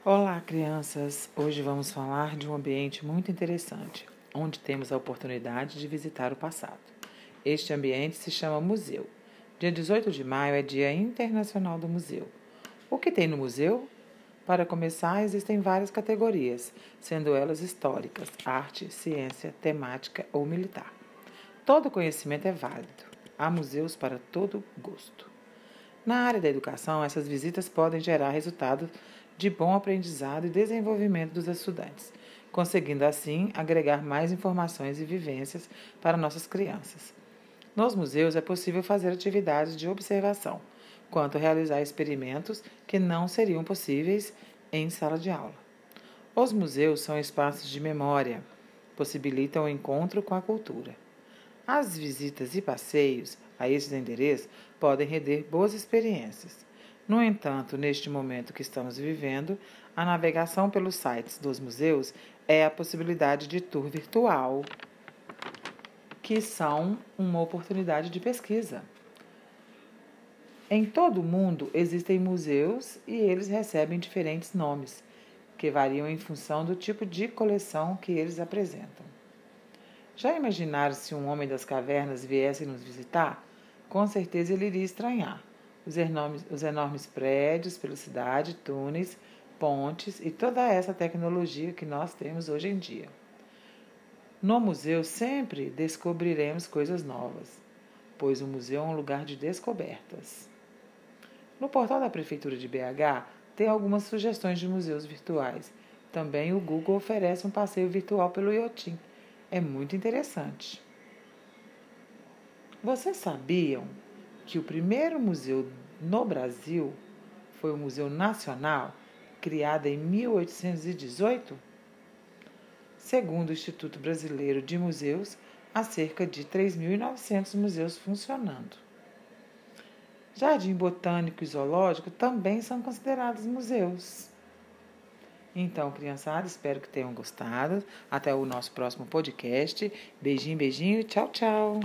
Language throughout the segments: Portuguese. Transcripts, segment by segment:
Olá, crianças! Hoje vamos falar de um ambiente muito interessante, onde temos a oportunidade de visitar o passado. Este ambiente se chama museu. Dia 18 de maio é Dia Internacional do Museu. O que tem no museu? Para começar, existem várias categorias, sendo elas históricas, arte, ciência, temática ou militar. Todo conhecimento é válido. Há museus para todo gosto. Na área da educação, essas visitas podem gerar resultados de bom aprendizado e desenvolvimento dos estudantes, conseguindo assim agregar mais informações e vivências para nossas crianças. Nos museus é possível fazer atividades de observação, quanto realizar experimentos que não seriam possíveis em sala de aula. Os museus são espaços de memória, possibilitam o encontro com a cultura. As visitas e passeios a esses endereços podem render boas experiências. No entanto, neste momento que estamos vivendo, a navegação pelos sites dos museus é a possibilidade de tour virtual, que são uma oportunidade de pesquisa. Em todo o mundo existem museus e eles recebem diferentes nomes, que variam em função do tipo de coleção que eles apresentam. Já imaginaram se um homem das cavernas viesse nos visitar? Com certeza ele iria estranhar os enormes prédios pela cidade, túneis, pontes e toda essa tecnologia que nós temos hoje em dia. No museu sempre descobriremos coisas novas, pois o museu é um lugar de descobertas. No portal da Prefeitura de BH tem algumas sugestões de museus virtuais. Também o Google oferece um passeio virtual pelo Iotim. É muito interessante. Vocês sabiam que o primeiro museu no Brasil foi o Museu Nacional, criado em 1818? Segundo o Instituto Brasileiro de Museus, há cerca de 3.900 museus funcionando. Jardim Botânico e Zoológico também são considerados museus. Então, criançada, espero que tenham gostado. Até o nosso próximo podcast. Beijinho, beijinho. Tchau, tchau.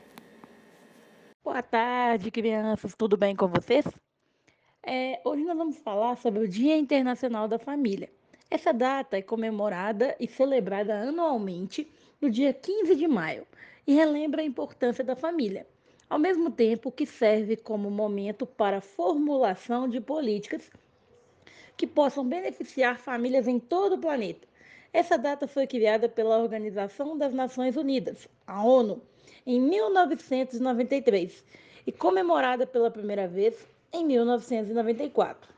Boa tarde, crianças. Tudo bem com vocês? Hoje nós vamos falar sobre o Dia Internacional da Família. Essa data é comemorada e celebrada anualmente no dia 15 de maio e relembra a importância da família, ao mesmo tempo que serve como momento para a formulação de políticas que possam beneficiar famílias em todo o planeta. Essa data foi criada pela Organização das Nações Unidas, a ONU, em 1993 e comemorada pela primeira vez em 1994.